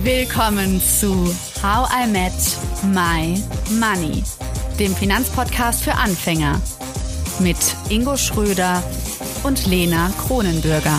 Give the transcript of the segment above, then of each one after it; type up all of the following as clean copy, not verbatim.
Willkommen zu How I Met My Money, dem Finanzpodcast für Anfänger mit Ingo Schröder und Lena Kronenbürger.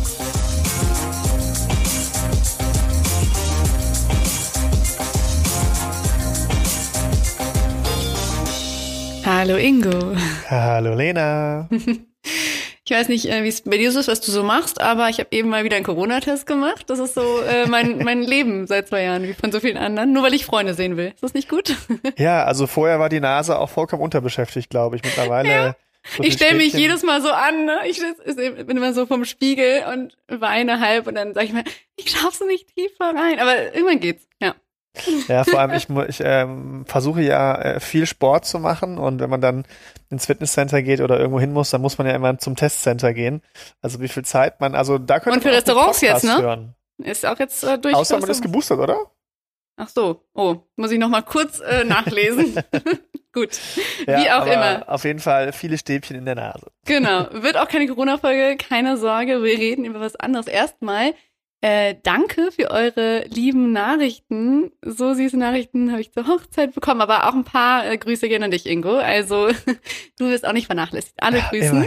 Hallo Ingo. Hallo Lena. Ich weiß nicht, wie es bei dir so ist, was du so machst, aber ich habe eben mal wieder einen Corona-Test gemacht. Das ist so mein Leben seit 2 Jahren, wie von so vielen anderen. Nur weil ich Freunde sehen will. Ist das nicht gut? Ja, also vorher war die Nase auch vollkommen unterbeschäftigt, glaube ich. Mittlerweile. Ja. So ich stelle mich jedes Mal so an, ne? Ich bin immer so vom Spiegel und weine halb und dann sage ich mir, ich schaff's nicht tiefer rein. Aber irgendwann geht's, ja. Ja, vor allem ich versuche ja viel Sport zu machen und wenn man dann ins Fitnesscenter geht oder irgendwo hin muss, dann muss man ja immer zum Testcenter gehen. Also wie viel Zeit man, also da könnte man für man Restaurants jetzt, ne? Hören. Ist auch jetzt durch. Außer man ist geboostert, oder? Ach so, muss ich noch mal kurz nachlesen. Gut, ja, wie auch immer. Auf jeden Fall viele Stäbchen in der Nase. Genau, wird auch keine Corona-Folge, keine Sorge, wir reden über was anderes. Erstmal danke für eure lieben Nachrichten. So süße Nachrichten habe ich zur Hochzeit bekommen, aber auch ein paar Grüße gerne an dich, Ingo. Also du wirst auch nicht vernachlässigt. Alle grüßen.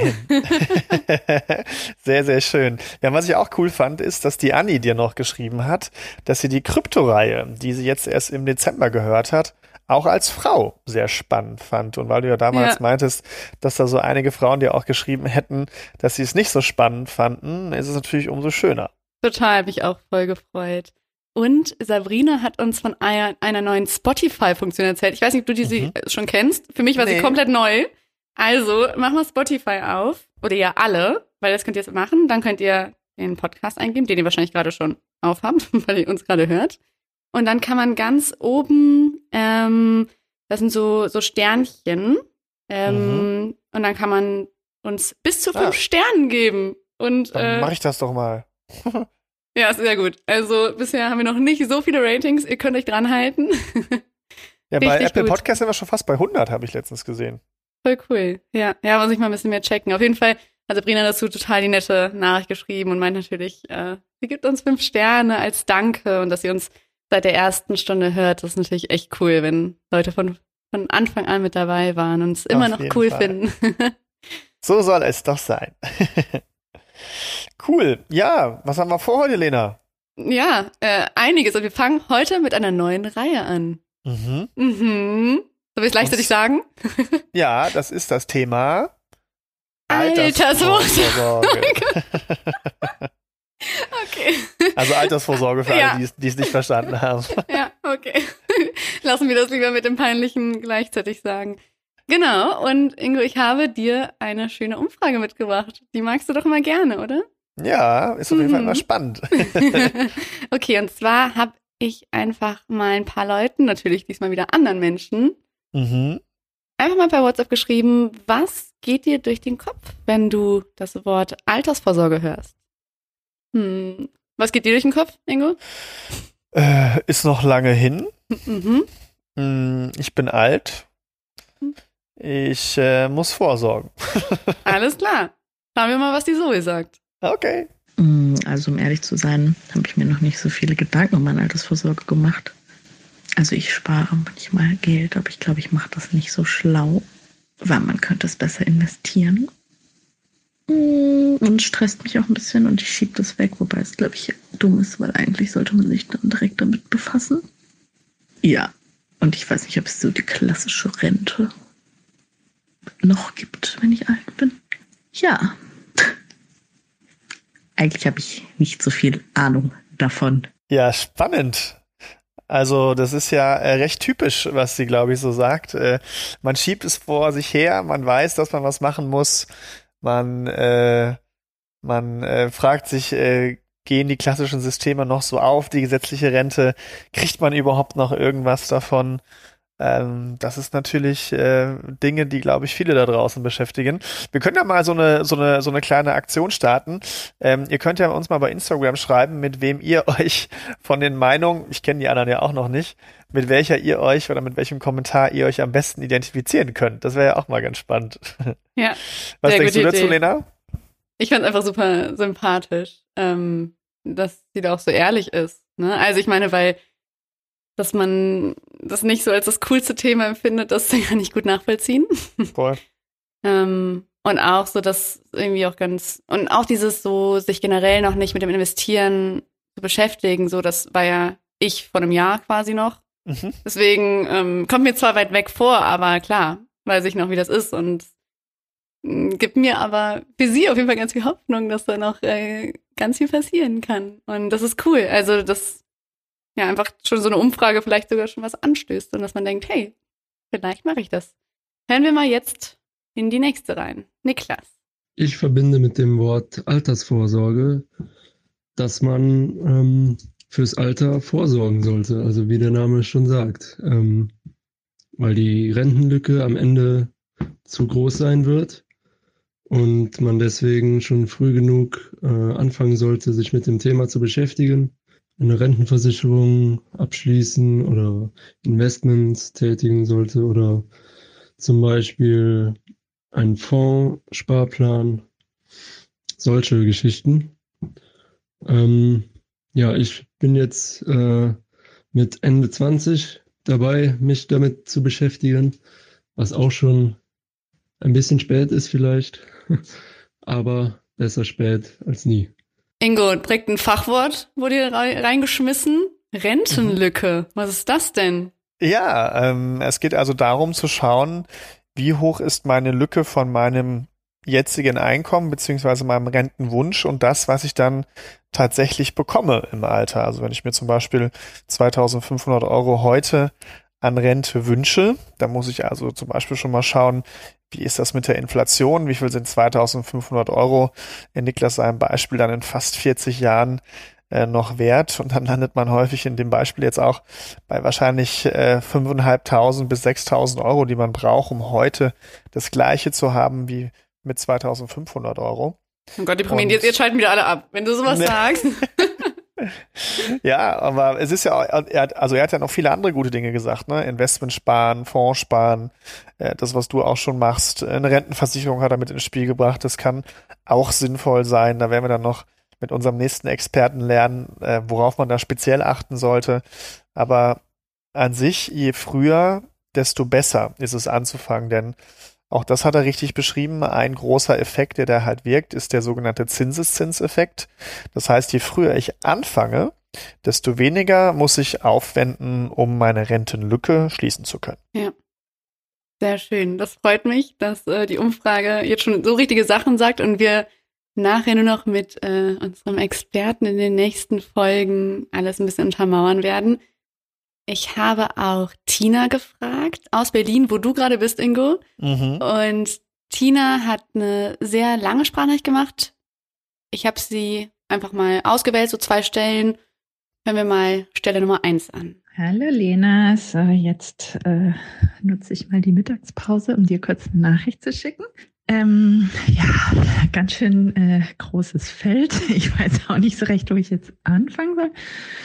Sehr, sehr schön. Ja, was ich auch cool fand, ist, dass die Anni dir noch geschrieben hat, dass sie die Krypto-Reihe, die sie jetzt erst im Dezember gehört hat, auch als Frau sehr spannend fand. Und weil du ja damals meintest, dass da so einige Frauen dir auch geschrieben hätten, dass sie es nicht so spannend fanden, ist es natürlich umso schöner. Total, habe ich auch voll gefreut. Und Sabrina hat uns von einer neuen Spotify-Funktion erzählt. Ich weiß nicht, ob du sie schon kennst. Für mich war sie komplett neu. Also, mach mal Spotify auf. Oder ihr alle, weil das könnt ihr jetzt machen. Dann könnt ihr den Podcast eingeben, den ihr wahrscheinlich gerade schon aufhabt, weil ihr uns gerade hört. Und dann kann man ganz oben, das sind so Sternchen. Und dann kann man uns bis zu 5 Sternen geben. Und dann mache ich das doch mal. Ja, ist sehr gut. Also bisher haben wir noch nicht so viele Ratings. Ihr könnt euch dran halten. Ja, bei Apple Podcasts sind wir schon fast bei 100, habe ich letztens gesehen. Voll cool. Ja, muss ich mal ein bisschen mehr checken. Auf jeden Fall hat Sabrina dazu total die nette Nachricht geschrieben und meint natürlich, sie gibt uns 5 Sterne als Danke und dass sie uns seit der ersten Stunde hört. Das ist natürlich echt cool, wenn Leute von Anfang an mit dabei waren und es immer noch cool finden. So soll es doch sein. Cool. Ja, was haben wir vor heute, Lena? Ja, einiges. Und wir fangen heute mit einer neuen Reihe an. Soll ich es gleichzeitig sagen? Ja, das ist das Thema Altersvorsorge. Okay. Also Altersvorsorge für alle, die es nicht verstanden haben. Ja, okay. Lassen wir das lieber mit dem Peinlichen gleichzeitig sagen. Genau, und Ingo, ich habe dir eine schöne Umfrage mitgebracht. Die magst du doch immer gerne, oder? Ja, ist auf jeden Fall immer spannend. Okay, und zwar habe ich einfach mal ein paar Leuten, natürlich diesmal wieder anderen Menschen, einfach mal bei WhatsApp geschrieben, was geht dir durch den Kopf, wenn du das Wort Altersvorsorge hörst? Was geht dir durch den Kopf, Ingo? Ist noch lange hin. Ich bin alt. Ich muss vorsorgen. Alles klar. Schauen wir mal, was die Zoe sagt. Okay. Also um ehrlich zu sein, habe ich mir noch nicht so viele Gedanken um meine Altersvorsorge gemacht. Also ich spare manchmal Geld, aber ich glaube, ich mache das nicht so schlau, weil man könnte es besser investieren. Und stresst mich auch ein bisschen und ich schiebe das weg, wobei es, glaube ich, dumm ist, weil eigentlich sollte man sich dann direkt damit befassen. Ja, und ich weiß nicht, ob es so die klassische Rente noch gibt, wenn ich alt bin. Ja. Eigentlich habe ich nicht so viel Ahnung davon. Ja, spannend. Also das ist ja recht typisch, was sie, glaube ich, so sagt. Man schiebt es vor sich her, man weiß, dass man was machen muss. Man fragt sich, gehen die klassischen Systeme noch so auf, die gesetzliche Rente? Kriegt man überhaupt noch irgendwas davon? Das ist natürlich Dinge, die, glaube ich, viele da draußen beschäftigen. Wir können ja mal so eine kleine Aktion starten. Ihr könnt ja uns mal bei Instagram schreiben, mit wem ihr euch von den Meinungen, ich kenne die anderen ja auch noch nicht, mit welcher ihr euch oder mit welchem Kommentar ihr euch am besten identifizieren könnt. Das wäre ja auch mal ganz spannend. Ja. Was denkst du dazu, Lena? Ich fand es einfach super sympathisch, dass sie da auch so ehrlich ist. Ne? Also ich meine, weil, dass man das nicht so als das coolste Thema empfindet, das kann ich gut nachvollziehen. Voll. Und auch so, dass irgendwie auch und auch dieses so, sich generell noch nicht mit dem Investieren zu beschäftigen, so, das war ja ich vor einem Jahr quasi noch. Mhm. Deswegen kommt mir zwar weit weg vor, aber klar, weiß ich noch, wie das ist und gibt mir aber für sie auf jeden Fall ganz viel Hoffnung, dass da noch ganz viel passieren kann. Und das ist cool. Also, dass ja einfach schon so eine Umfrage vielleicht sogar schon was anstößt und dass man denkt, hey, vielleicht mache ich das. Hören wir mal jetzt in die nächste rein. Niklas. Ich verbinde mit dem Wort Altersvorsorge, dass man fürs Alter vorsorgen sollte, also wie der Name schon sagt, weil die Rentenlücke am Ende zu groß sein wird und man deswegen schon früh genug anfangen sollte, sich mit dem Thema zu beschäftigen, eine Rentenversicherung abschließen oder Investments tätigen sollte oder zum Beispiel einen Fonds, Sparplan, solche Geschichten. Ja, ich bin jetzt mit Ende 20 dabei, mich damit zu beschäftigen, was auch schon ein bisschen spät ist vielleicht, aber besser spät als nie. Ingo, direkt ein Fachwort wurde dir reingeschmissen. Rentenlücke. Was ist das denn? Ja, es geht also darum zu schauen, wie hoch ist meine Lücke von meinem jetzigen Einkommen beziehungsweise meinem Rentenwunsch und das, was ich dann tatsächlich bekomme im Alter. Also wenn ich mir zum Beispiel 2.500 € heute an Rente wünsche, dann muss ich also zum Beispiel schon mal schauen, wie ist das mit der Inflation, wie viel sind 2.500 € in Niklas seinem Beispiel dann in fast 40 Jahren noch wert und dann landet man häufig in dem Beispiel jetzt auch bei wahrscheinlich 5.500 bis 6.000 €, die man braucht, um heute das Gleiche zu haben wie mit 2.500 €. Oh Gott, die jetzt schalten wieder alle ab, wenn du sowas sagst. Ja, aber es ist ja, er hat ja noch viele andere gute Dinge gesagt, ne? Investment sparen, Fonds sparen, das, was du auch schon machst. Eine Rentenversicherung hat er mit ins Spiel gebracht, das kann auch sinnvoll sein. Da werden wir dann noch mit unserem nächsten Experten lernen, worauf man da speziell achten sollte. Aber an sich, je früher, desto besser ist es anzufangen, denn auch das hat er richtig beschrieben. Ein großer Effekt, der da halt wirkt, ist der sogenannte Zinseszinseffekt. Das heißt, je früher ich anfange, desto weniger muss ich aufwenden, um meine Rentenlücke schließen zu können. Ja, sehr schön. Das freut mich, dass die Umfrage jetzt schon so richtige Sachen sagt und wir nachher nur noch mit unserem Experten in den nächsten Folgen alles ein bisschen untermauern werden. Ich habe auch Tina gefragt, aus Berlin, wo du gerade bist, Ingo. Mhm. Und Tina hat eine sehr lange Sprachnachricht gemacht. Ich habe sie einfach mal ausgewählt, so 2 Stellen. Hören wir mal Stelle Nummer 1 an. Hallo Lena, so jetzt nutze ich mal die Mittagspause, um dir kurz eine Nachricht zu schicken. Ja, ganz schön großes Feld. Ich weiß auch nicht so recht, wo ich jetzt anfangen soll.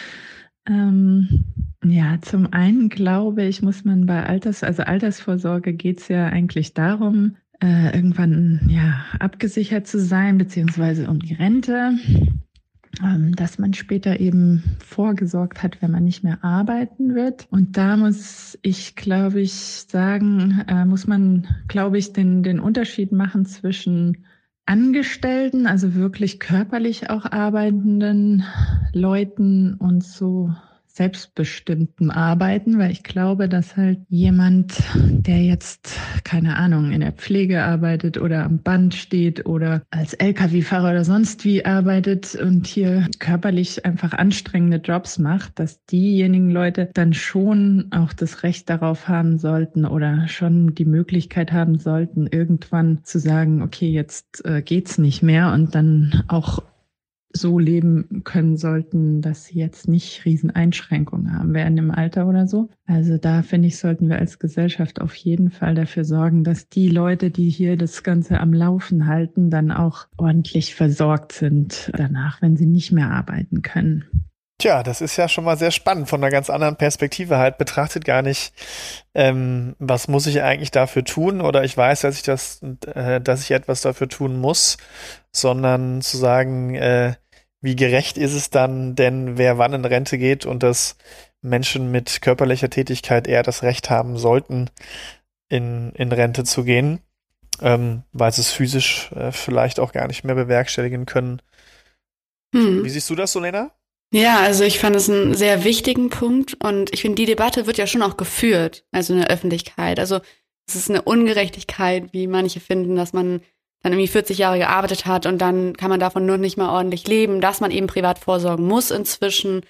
Ja, zum einen glaube ich, muss man bei Altersvorsorge geht es ja eigentlich darum, irgendwann ja abgesichert zu sein, beziehungsweise um die Rente, dass man später eben vorgesorgt hat, wenn man nicht mehr arbeiten wird. Und da muss ich, glaube ich, sagen, muss man, glaube ich, den Unterschied machen zwischen Angestellten, also wirklich körperlich auch arbeitenden Leuten und so selbstbestimmtem Arbeiten, weil ich glaube, dass halt jemand, der jetzt, keine Ahnung, in der Pflege arbeitet oder am Band steht oder als LKW-Fahrer oder sonst wie arbeitet und hier körperlich einfach anstrengende Jobs macht, dass diejenigen Leute dann schon auch das Recht darauf haben sollten oder schon die Möglichkeit haben sollten, irgendwann zu sagen, okay, jetzt geht's nicht mehr und dann auch so leben können sollten, dass sie jetzt nicht riesen Einschränkungen haben werden im Alter oder so. Also da finde ich, sollten wir als Gesellschaft auf jeden Fall dafür sorgen, dass die Leute, die hier das Ganze am Laufen halten, dann auch ordentlich versorgt sind danach, wenn sie nicht mehr arbeiten können. Tja, das ist ja schon mal sehr spannend, von einer ganz anderen Perspektive halt betrachtet, gar nicht, was muss ich eigentlich dafür tun oder ich weiß, dass ich etwas dafür tun muss, sondern zu sagen, wie gerecht ist es dann denn, wer wann in Rente geht und dass Menschen mit körperlicher Tätigkeit eher das Recht haben sollten, in Rente zu gehen, weil sie es physisch vielleicht auch gar nicht mehr bewerkstelligen können. Wie siehst du das, Solena? Ja, also ich fand es einen sehr wichtigen Punkt und ich finde, die Debatte wird ja schon auch geführt, also in der Öffentlichkeit. Also es ist eine Ungerechtigkeit, wie manche finden, dass man dann irgendwie 40 Jahre gearbeitet hat und dann kann man davon nur nicht mal ordentlich leben, dass man eben privat vorsorgen muss inzwischen.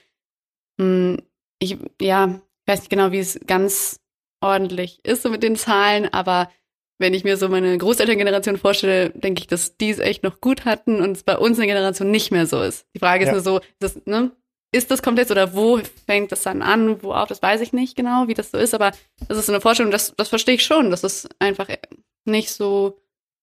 Ich weiß nicht genau, wie es ganz ordentlich ist so mit den Zahlen, aber wenn ich mir so meine Großelterngeneration vorstelle, denke ich, dass die es echt noch gut hatten und es bei uns in der Generation nicht mehr so ist. Die Frage ist nur so, ist das komplett oder wo fängt das dann an, wo auf, das weiß ich nicht genau, wie das so ist, aber das ist so eine Vorstellung, das verstehe ich schon, dass es einfach nicht so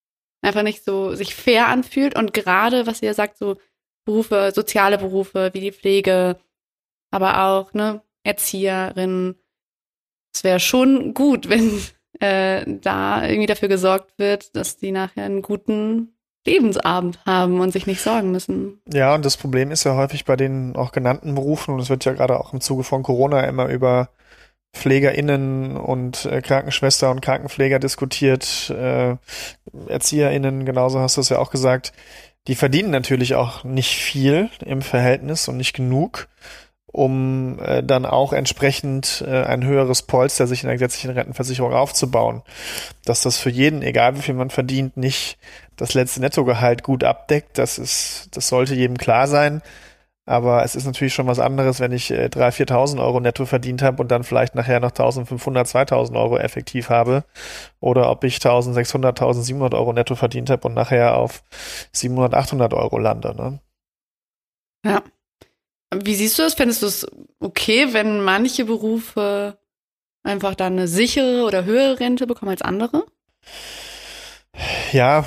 sich fair anfühlt und gerade, was ihr sagt, so Berufe, soziale Berufe wie die Pflege, aber auch, Erzieherinnen, es wäre schon gut, wenn da irgendwie dafür gesorgt wird, dass die nachher einen guten Lebensabend haben und sich nicht sorgen müssen. Ja, und das Problem ist ja häufig bei den auch genannten Berufen, und es wird ja gerade auch im Zuge von Corona immer über PflegerInnen und Krankenschwester und Krankenpfleger diskutiert, ErzieherInnen, genauso hast du es ja auch gesagt, die verdienen natürlich auch nicht viel im Verhältnis und nicht genug, um dann auch entsprechend ein höheres Polster sich in der gesetzlichen Rentenversicherung aufzubauen. Dass das für jeden, egal wie viel man verdient, nicht das letzte Nettogehalt gut abdeckt, das sollte jedem klar sein. Aber es ist natürlich schon was anderes, wenn ich 3.000, 4.000 Euro netto verdient habe und dann vielleicht nachher noch 1.500, 2.000 Euro effektiv habe. Oder ob ich 1.600, 1.700 Euro netto verdient habe und nachher auf 700, 800 Euro lande. Ne? Ja. Wie siehst du das? Fändest du es okay, wenn manche Berufe einfach dann eine sichere oder höhere Rente bekommen als andere? Ja,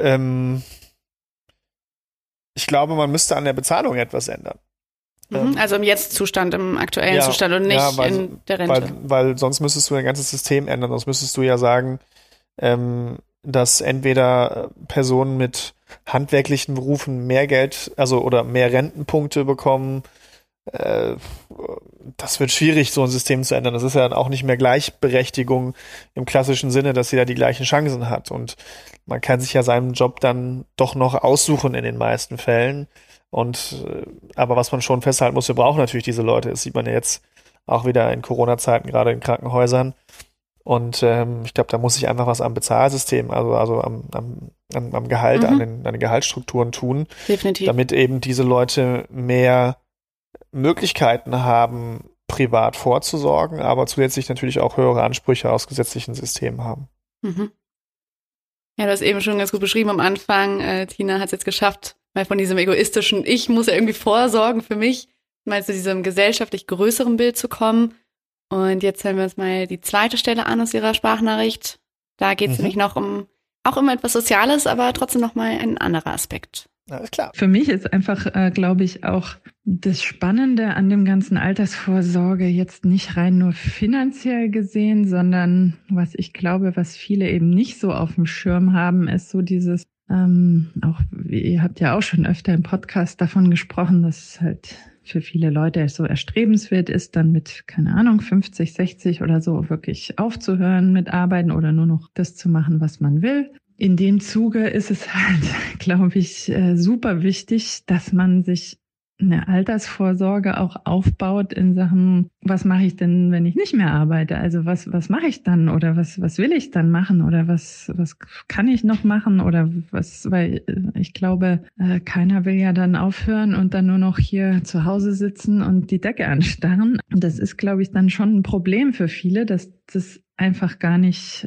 ich glaube, man müsste an der Bezahlung etwas ändern. Also im Jetzt-Zustand, im aktuellen Zustand und nicht in der Rente. Weil sonst müsstest du ein ganzes System ändern. Sonst müsstest du ja sagen, dass entweder Personen mit handwerklichen Berufen mehr Geld, oder mehr Rentenpunkte bekommen. Das wird schwierig, so ein System zu ändern. Das ist ja dann auch nicht mehr Gleichberechtigung im klassischen Sinne, dass jeder die gleichen Chancen hat. Und man kann sich ja seinen Job dann doch noch aussuchen in den meisten Fällen. Aber was man schon festhalten muss, wir brauchen natürlich diese Leute. Das sieht man ja jetzt auch wieder in Corona-Zeiten, gerade in Krankenhäusern. Und ich glaube, da muss sich einfach was am Bezahlsystem, also am Gehalt, an den Gehaltsstrukturen tun. Definitiv. Damit eben diese Leute mehr Möglichkeiten haben, privat vorzusorgen, aber zusätzlich natürlich auch höhere Ansprüche aus gesetzlichen Systemen haben. Mhm. Ja, du hast eben schon ganz gut beschrieben am Anfang. Tina hat es jetzt geschafft, mal von diesem egoistischen Ich muss ja irgendwie vorsorgen für mich, mal zu diesem gesellschaftlich größeren Bild zu kommen. Und jetzt hören wir uns mal die zweite Stelle an aus ihrer Sprachnachricht. Da geht es nämlich noch um etwas Soziales, aber trotzdem noch mal ein anderer Aspekt. Alles klar. Für mich ist einfach, glaube ich, auch das Spannende an dem ganzen Altersvorsorge jetzt nicht rein nur finanziell gesehen, sondern was ich glaube, was viele eben nicht so auf dem Schirm haben, ist so dieses, auch ihr habt ja auch schon öfter im Podcast davon gesprochen, dass es halt für viele Leute so erstrebenswert ist, dann mit, 50, 60 oder so wirklich aufzuhören mit Arbeiten oder nur noch das zu machen, was man will. In dem Zuge ist es halt, glaube ich, super wichtig, dass man sich eine Altersvorsorge auch aufbaut in Sachen, was mache ich denn, wenn ich nicht mehr arbeite? Also was mache ich dann oder was will ich dann machen oder was kann ich noch machen oder weil ich glaube, keiner will ja dann aufhören und dann nur noch hier zu Hause sitzen und die Decke anstarren. Das ist, glaube ich, dann schon ein Problem für viele, dass das einfach gar nicht,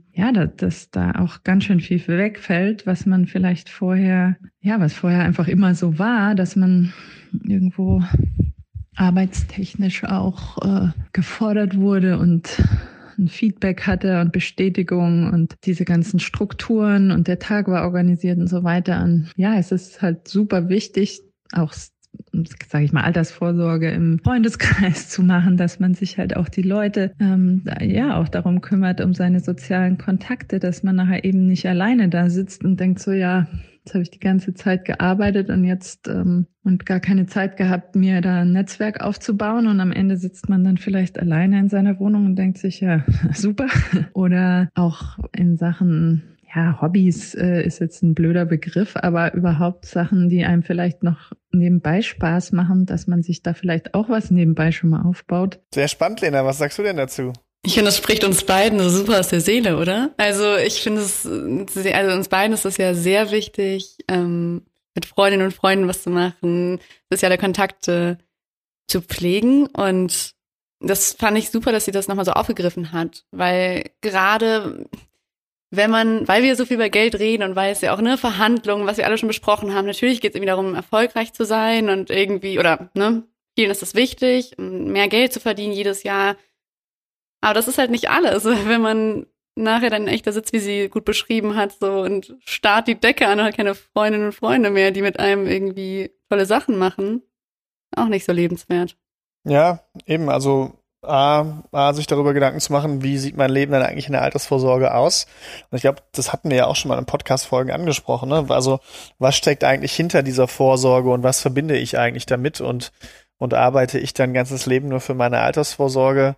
dass da auch ganz schön viel wegfällt, was man vielleicht vorher einfach immer so war, dass man irgendwo arbeitstechnisch auch gefordert wurde und ein Feedback hatte und Bestätigung und diese ganzen Strukturen und der Tag war organisiert und so weiter. Und ja, es ist halt super wichtig, auch sage ich mal, Altersvorsorge im Freundeskreis zu machen, dass man sich halt auch die Leute auch darum kümmert, um seine sozialen Kontakte, dass man nachher eben nicht alleine da sitzt und denkt so, ja, Jetzt habe ich die ganze Zeit gearbeitet und jetzt und gar keine Zeit gehabt, mir da ein Netzwerk aufzubauen. Und am Ende sitzt man dann vielleicht alleine in seiner Wohnung und denkt sich, ja, super. Oder auch in Sachen, ja, Hobbys ist jetzt ein blöder Begriff, aber überhaupt Sachen, die einem vielleicht noch nebenbei Spaß machen, dass man sich da vielleicht auch was nebenbei schon mal aufbaut. Sehr spannend, Lena. Was sagst du denn dazu? Ich finde, das spricht uns beiden so super aus der Seele, oder? Also ich finde also uns beiden ist es ja sehr wichtig, mit Freundinnen und Freunden was zu machen, soziale Kontakte zu pflegen. Und das fand ich super, dass sie das nochmal so aufgegriffen hat, weil gerade weil wir so viel über Geld reden und weil es ja auch eine Verhandlung, was wir alle schon besprochen haben, natürlich geht es irgendwie darum, erfolgreich zu sein und irgendwie, oder vielen ist das wichtig, mehr Geld zu verdienen jedes Jahr. Aber das ist halt nicht alles, wenn man nachher dann echt da sitzt, wie sie gut beschrieben hat, so und starrt die Decke an und hat keine Freundinnen und Freunde mehr, die mit einem irgendwie tolle Sachen machen. Auch nicht so lebenswert. Ja, eben, also sich darüber Gedanken zu machen, wie sieht mein Leben dann eigentlich in der Altersvorsorge aus? Und ich glaube, das hatten wir ja auch schon mal in Podcast-Folgen angesprochen, ne? Also, was steckt eigentlich hinter dieser Vorsorge und was verbinde ich eigentlich damit und arbeite ich dann ganzes Leben nur für meine Altersvorsorge?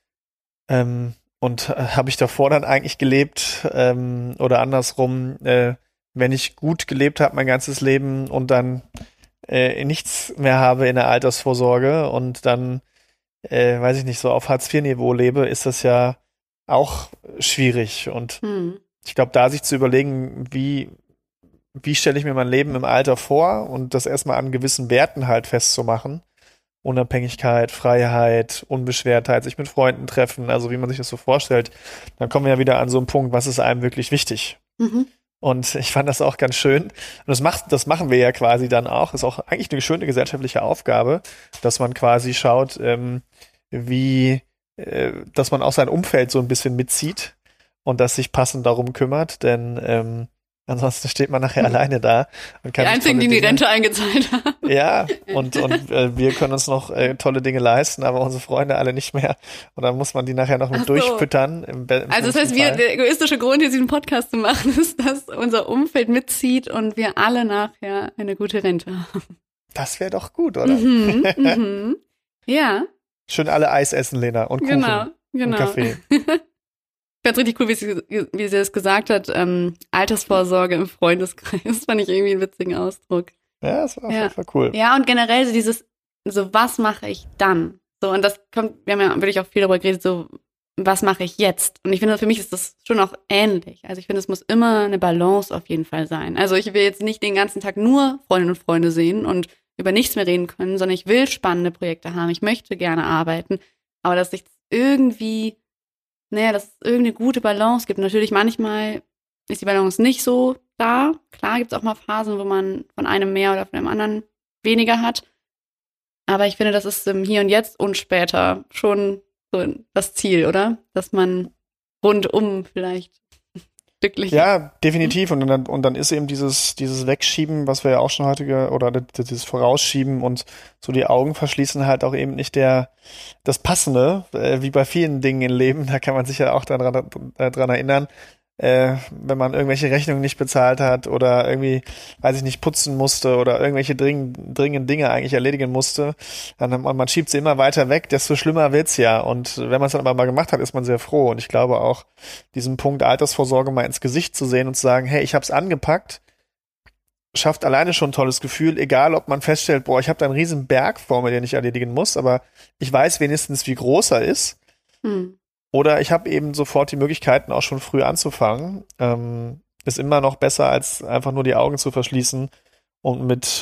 Und habe ich davor dann eigentlich gelebt oder andersrum, wenn ich gut gelebt habe mein ganzes Leben und dann nichts mehr habe in der Altersvorsorge und dann, weiß ich nicht, so auf Hartz-IV-Niveau lebe, ist das ja auch schwierig. Und ich glaube, da sich zu überlegen, wie stelle ich mir mein Leben im Alter vor und das erstmal an gewissen Werten halt festzumachen, Unabhängigkeit, Freiheit, Unbeschwertheit, sich mit Freunden treffen, also wie man sich das so vorstellt, dann kommen wir ja wieder an so einen Punkt, was ist einem wirklich wichtig? Und ich fand das auch ganz schön. Und das machen wir ja quasi dann auch. Ist auch eigentlich eine schöne gesellschaftliche Aufgabe, dass man quasi schaut, dass man auch sein Umfeld so ein bisschen mitzieht und das sich passend darum kümmert, denn ansonsten steht man nachher alleine da. Und kann die einzigen, die in die Rente eingezahlt haben. Ja, und wir können uns noch tolle Dinge leisten, aber unsere Freunde alle nicht mehr. Und dann muss man die nachher noch mit durchfüttern. Also das heißt, der egoistische Grund, hier diesen Podcast zu machen, ist, dass unser Umfeld mitzieht und wir alle nachher eine gute Rente haben. Das wäre doch gut, oder? Ja. Schön alle Eis essen, Lena, und Kuchen und Kaffee. Ich fand's richtig cool, wie sie das gesagt hat, Altersvorsorge im Freundeskreis. Das fand ich irgendwie einen witzigen Ausdruck. Ja, das war auf jeden Fall cool. Ja, und generell so was mache ich dann? So, und das kommt, wir haben ja wirklich auch viel darüber geredet, so, was mache ich jetzt? Und ich finde, für mich ist das schon auch ähnlich. Also ich finde, es muss immer eine Balance auf jeden Fall sein. Also ich will jetzt nicht den ganzen Tag nur Freundinnen und Freunde sehen und über nichts mehr reden können, sondern ich will spannende Projekte haben. Ich möchte gerne arbeiten, aber dass es irgendwie eine gute Balance gibt. Natürlich manchmal ist die Balance nicht so da. Klar gibt es auch mal Phasen, wo man von einem mehr oder von dem anderen weniger hat. Aber ich finde, das ist im Hier und Jetzt und später schon so das Ziel, oder? Dass man rundum vielleicht glücklich ist. Ja, definitiv. Und dann ist eben dieses Wegschieben, was wir ja auch schon heute, oder dieses Vorausschieben und so die Augen verschließen halt auch eben nicht das Passende, wie bei vielen Dingen im Leben. Da kann man sich ja auch dran erinnern, wenn man irgendwelche Rechnungen nicht bezahlt hat oder irgendwie, weiß ich nicht, putzen musste oder irgendwelche dringenden Dinge eigentlich erledigen musste, dann man schiebt sie immer weiter weg, desto schlimmer wird's ja. Und wenn man es dann aber mal gemacht hat, ist man sehr froh. Und ich glaube auch, diesen Punkt Altersvorsorge mal ins Gesicht zu sehen und zu sagen, hey, ich hab's angepackt, schafft alleine schon ein tolles Gefühl, egal ob man feststellt, boah, ich habe da einen riesen Berg vor mir, den ich erledigen muss, aber ich weiß wenigstens, wie groß er ist. Oder ich habe eben sofort die Möglichkeiten, auch schon früh anzufangen. Ist immer noch besser, als einfach nur die Augen zu verschließen und mit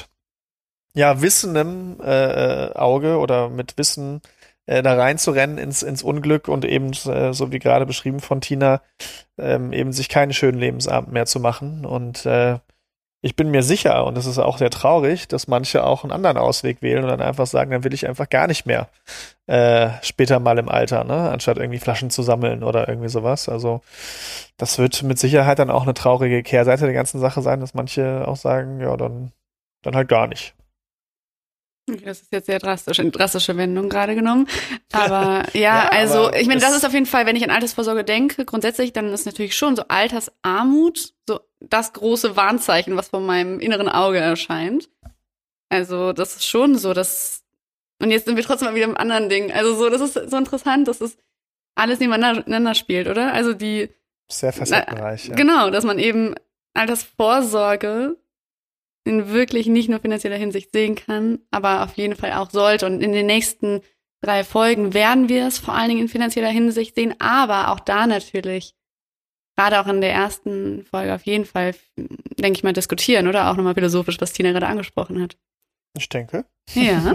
wissendem Auge oder mit Wissen da reinzurennen ins Unglück und eben, so wie gerade beschrieben von Tina, eben sich keinen schönen Lebensabend mehr zu machen. Und ich bin mir sicher, und das ist auch sehr traurig, dass manche auch einen anderen Ausweg wählen und dann einfach sagen, dann will ich einfach gar nicht mehr später mal im Alter, ne, anstatt irgendwie Flaschen zu sammeln oder irgendwie sowas. Also das wird mit Sicherheit dann auch eine traurige Kehrseite der ganzen Sache sein, dass manche auch sagen, ja, dann halt gar nicht. Das ist jetzt sehr drastisch, eine drastische Wendung gerade genommen. Aber ja, also ich meine, das ist auf jeden Fall, wenn ich an Altersvorsorge denke, grundsätzlich, dann ist natürlich schon so Altersarmut so das große Warnzeichen, was vor meinem inneren Auge erscheint. Also das ist schon so, und jetzt sind wir trotzdem mal wieder im anderen Ding. Also so, das ist so interessant, dass es alles nebeneinander spielt, oder? Also sehr facettenreich. Ja. Genau, dass man eben Altersvorsorge in wirklich nicht nur finanzieller Hinsicht sehen kann, aber auf jeden Fall auch sollte. Und in den nächsten 3 Folgen werden wir es vor allen Dingen in finanzieller Hinsicht sehen, aber auch da natürlich, gerade auch in der ersten Folge auf jeden Fall, denke ich mal, diskutieren, oder? Auch nochmal philosophisch, was Tina gerade angesprochen hat. Ich denke. Ja.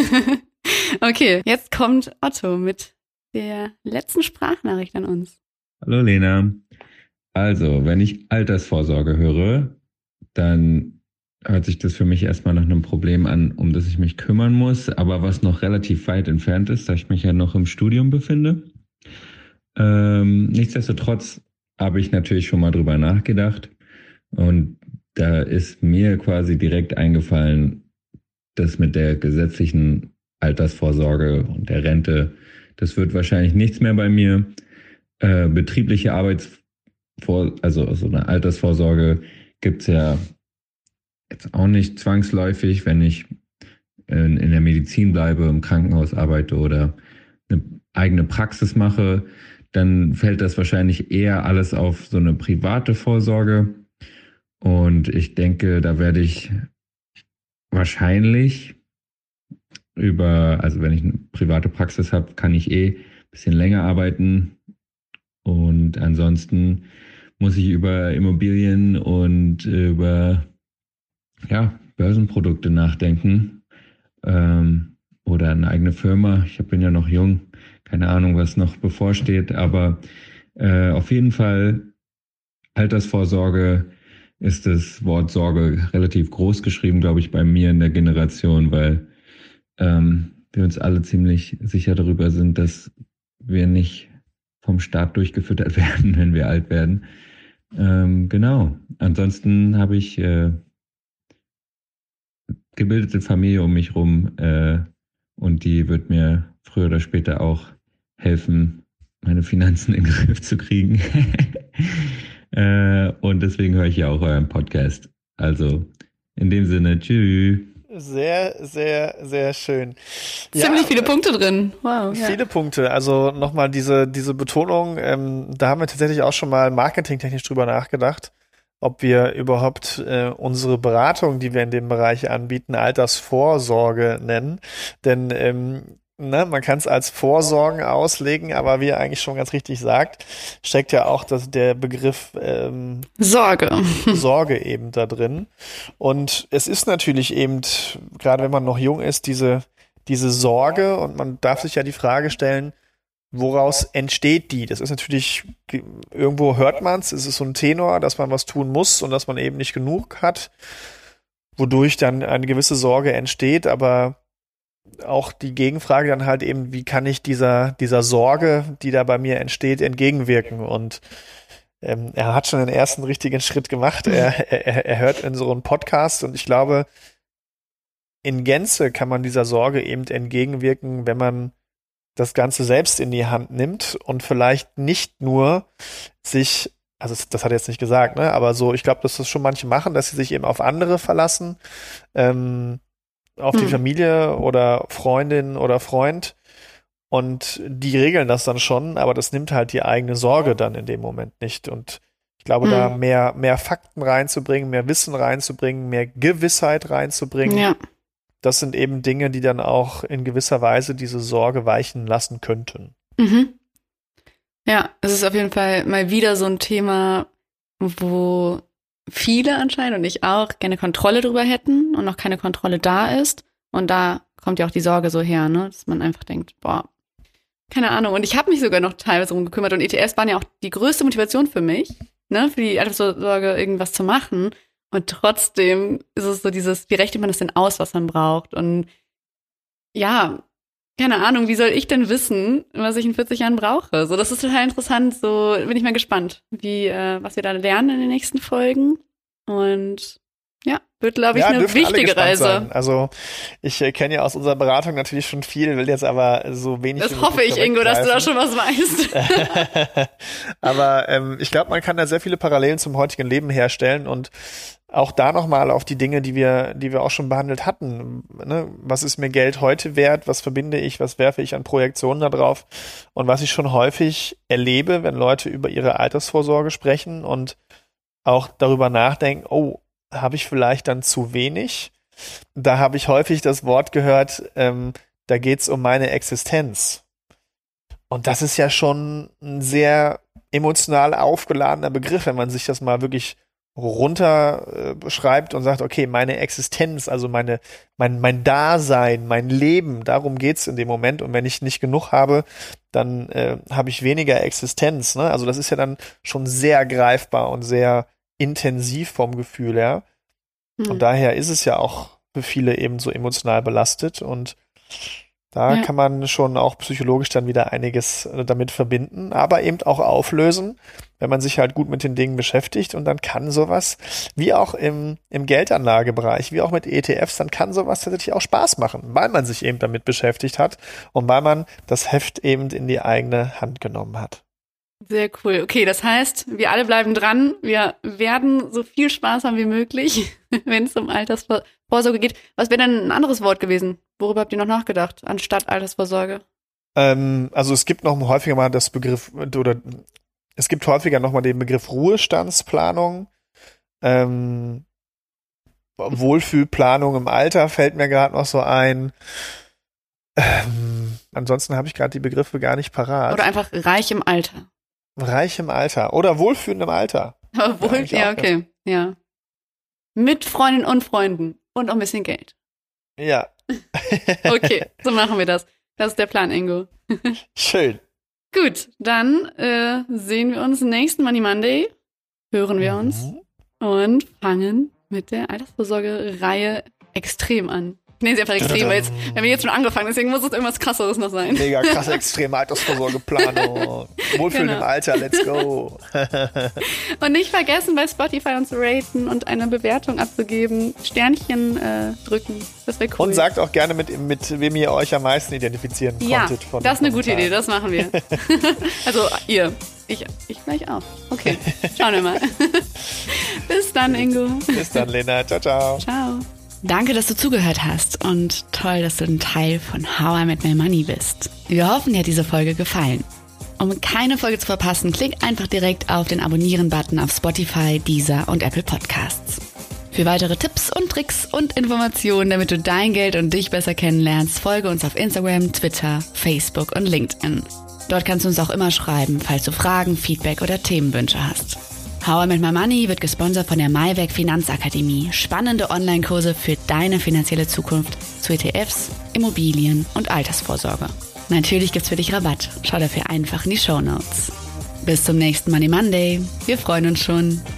Okay, jetzt kommt Otto mit der letzten Sprachnachricht an uns. Hallo Lena. Also, wenn ich Altersvorsorge höre, dann hört sich das für mich erstmal nach einem Problem an, um das ich mich kümmern muss, aber was noch relativ weit entfernt ist, da ich mich ja noch im Studium befinde. Nichtsdestotrotz habe ich natürlich schon mal drüber nachgedacht und da ist mir quasi direkt eingefallen, dass mit der gesetzlichen Altersvorsorge und der Rente, das wird wahrscheinlich nichts mehr bei mir. Betriebliche also so eine Altersvorsorge gibt es ja jetzt auch nicht zwangsläufig, wenn ich in der Medizin bleibe, im Krankenhaus arbeite oder eine eigene Praxis mache, dann fällt das wahrscheinlich eher alles auf so eine private Vorsorge. Und ich denke, da werde ich wahrscheinlich also wenn ich eine private Praxis habe, kann ich ein bisschen länger arbeiten. Und ansonsten muss ich über Immobilien und über Börsenprodukte nachdenken oder eine eigene Firma. Ich bin ja noch jung, keine Ahnung, was noch bevorsteht, aber auf jeden Fall Altersvorsorge ist das Wort Sorge relativ groß geschrieben, glaube ich, bei mir in der Generation, weil wir uns alle ziemlich sicher darüber sind, dass wir nicht vom Staat durchgefüttert werden, wenn wir alt werden. Genau. Ansonsten habe ich gebildete Familie um mich rum und die wird mir früher oder später auch helfen, meine Finanzen in den Griff zu kriegen. Und deswegen höre ich ja auch euren Podcast. Also in dem Sinne, tschüss. Sehr, sehr, sehr schön. Ziemlich viele Punkte drin. Wow. Viele Punkte. Also nochmal diese Betonung, da haben wir tatsächlich auch schon mal marketingtechnisch drüber nachgedacht, ob wir überhaupt unsere Beratung, die wir in dem Bereich anbieten, Altersvorsorge nennen. Denn man kann es als Vorsorgen auslegen, aber wie er eigentlich schon ganz richtig sagt, steckt ja auch der Begriff Sorge eben da drin. Und es ist natürlich eben, gerade wenn man noch jung ist, diese Sorge, und man darf sich ja die Frage stellen, woraus entsteht die? Das ist natürlich, irgendwo hört man es ist so ein Tenor, dass man was tun muss und dass man eben nicht genug hat, wodurch dann eine gewisse Sorge entsteht, aber auch die Gegenfrage dann halt eben, wie kann ich dieser Sorge, die da bei mir entsteht, entgegenwirken? Und er hat schon den ersten richtigen Schritt gemacht. Er hört in so einen Podcast und ich glaube, in Gänze kann man dieser Sorge eben entgegenwirken, wenn man das Ganze selbst in die Hand nimmt und vielleicht nicht nur sich, also das hat er jetzt nicht gesagt, ne, aber so, ich glaube, dass das schon manche machen, dass sie sich eben auf andere verlassen, auf die Familie oder Freundin oder Freund und die regeln das dann schon, aber das nimmt halt die eigene Sorge dann in dem Moment nicht und ich glaube, da mehr Fakten reinzubringen, mehr Wissen reinzubringen, mehr Gewissheit reinzubringen, das sind eben Dinge, die dann auch in gewisser Weise diese Sorge weichen lassen könnten. Mhm. Ja, es ist auf jeden Fall mal wieder so ein Thema, wo viele anscheinend und ich auch gerne Kontrolle drüber hätten und noch keine Kontrolle da ist. Und da kommt ja auch die Sorge so her, ne, dass man einfach denkt, boah, keine Ahnung. Und ich habe mich sogar noch teilweise darum gekümmert und ETFs waren ja auch die größte Motivation für mich, ne, für die Altersvorsorge irgendwas zu machen. Und trotzdem ist es so dieses, wie rechnet man das denn aus, was man braucht? Und ja, keine Ahnung, wie soll ich denn wissen, was ich in 40 Jahren brauche? So, das ist total interessant. So bin ich mal gespannt, was wir da lernen in den nächsten Folgen. Und Ja, wird, glaube ich, eine wichtige Reise. Sein. Also ich kenne ja aus unserer Beratung natürlich schon viel, will jetzt aber so wenig. Das hoffe ich, Ingo, dass du da schon was weißt. Aber ich glaube, man kann da sehr viele Parallelen zum heutigen Leben herstellen und auch da nochmal auf die Dinge, die wir auch schon behandelt hatten. Ne? Was ist mir Geld heute wert? Was verbinde ich? Was werfe ich an Projektionen da drauf? Und was ich schon häufig erlebe, wenn Leute über ihre Altersvorsorge sprechen und auch darüber nachdenken, oh, habe ich vielleicht dann zu wenig? Da habe ich häufig das Wort gehört, da geht's um meine Existenz. Und das ist ja schon ein sehr emotional aufgeladener Begriff, wenn man sich das mal wirklich runterschreibt und sagt, okay, meine Existenz, also mein Dasein, mein Leben, darum geht's in dem Moment. Und wenn ich nicht genug habe, dann habe ich weniger Existenz. Ne? Also das ist ja dann schon sehr greifbar und sehr intensiv vom Gefühl her. Und daher ist es ja auch für viele eben so emotional belastet und da kann man schon auch psychologisch dann wieder einiges damit verbinden, aber eben auch auflösen, wenn man sich halt gut mit den Dingen beschäftigt und dann kann sowas, wie auch im Geldanlagebereich, wie auch mit ETFs, dann kann sowas tatsächlich auch Spaß machen, weil man sich eben damit beschäftigt hat und weil man das Heft eben in die eigene Hand genommen hat. Sehr cool. Okay, das heißt, wir alle bleiben dran. Wir werden so viel Spaß haben wie möglich, wenn es um Altersvorsorge geht. Was wäre denn ein anderes Wort gewesen? Worüber habt ihr noch nachgedacht, anstatt Altersvorsorge? Also es gibt noch häufiger mal es gibt häufiger noch mal den Begriff Ruhestandsplanung. Wohlfühlplanung im Alter fällt mir gerade noch so ein. Ansonsten habe ich gerade die Begriffe gar nicht parat. Oder einfach reich im Alter. Reich im Alter. Oder wohlfühlend im Alter. Aber ja, okay. Ja. Mit Freundinnen und Freunden. Und auch ein bisschen Geld. Ja. Okay, so machen wir das. Das ist der Plan, Ingo. Schön. Gut, dann sehen wir uns nächsten Money Monday. Hören wir uns. Und fangen mit der Altersvorsorge-Reihe extrem an. Ich nenne sie einfach extrem, weil wir haben jetzt schon angefangen, deswegen muss es irgendwas Krasseres noch sein. Mega krasse, extreme Altersvorsorgeplanung. Wohlfühlen im Alter, let's go. Und nicht vergessen, bei Spotify uns zu raten und eine Bewertung abzugeben. Sternchen drücken, das wäre cool. Und sagt auch gerne, mit wem ihr euch am meisten identifizieren konntet. Ja, das ist eine gute Idee, das machen wir. Also ihr. Ich gleich auch. Okay, schauen wir mal. Bis dann, Ingo. Bis dann, Lena. Ciao, ciao. Ciao. Danke, dass du zugehört hast und toll, dass du ein Teil von How I Met My Money bist. Wir hoffen, dir hat diese Folge gefallen. Um keine Folge zu verpassen, klick einfach direkt auf den Abonnieren-Button auf Spotify, Deezer und Apple Podcasts. Für weitere Tipps und Tricks und Informationen, damit du dein Geld und dich besser kennenlernst, folge uns auf Instagram, Twitter, Facebook und LinkedIn. Dort kannst du uns auch immer schreiben, falls du Fragen, Feedback oder Themenwünsche hast. How I Met My Money wird gesponsert von der Maiwerk Finanzakademie. Spannende Online-Kurse für deine finanzielle Zukunft zu ETFs, Immobilien und Altersvorsorge. Natürlich gibt's für dich Rabatt. Schau dafür einfach in die Shownotes. Bis zum nächsten Money Monday. Wir freuen uns schon.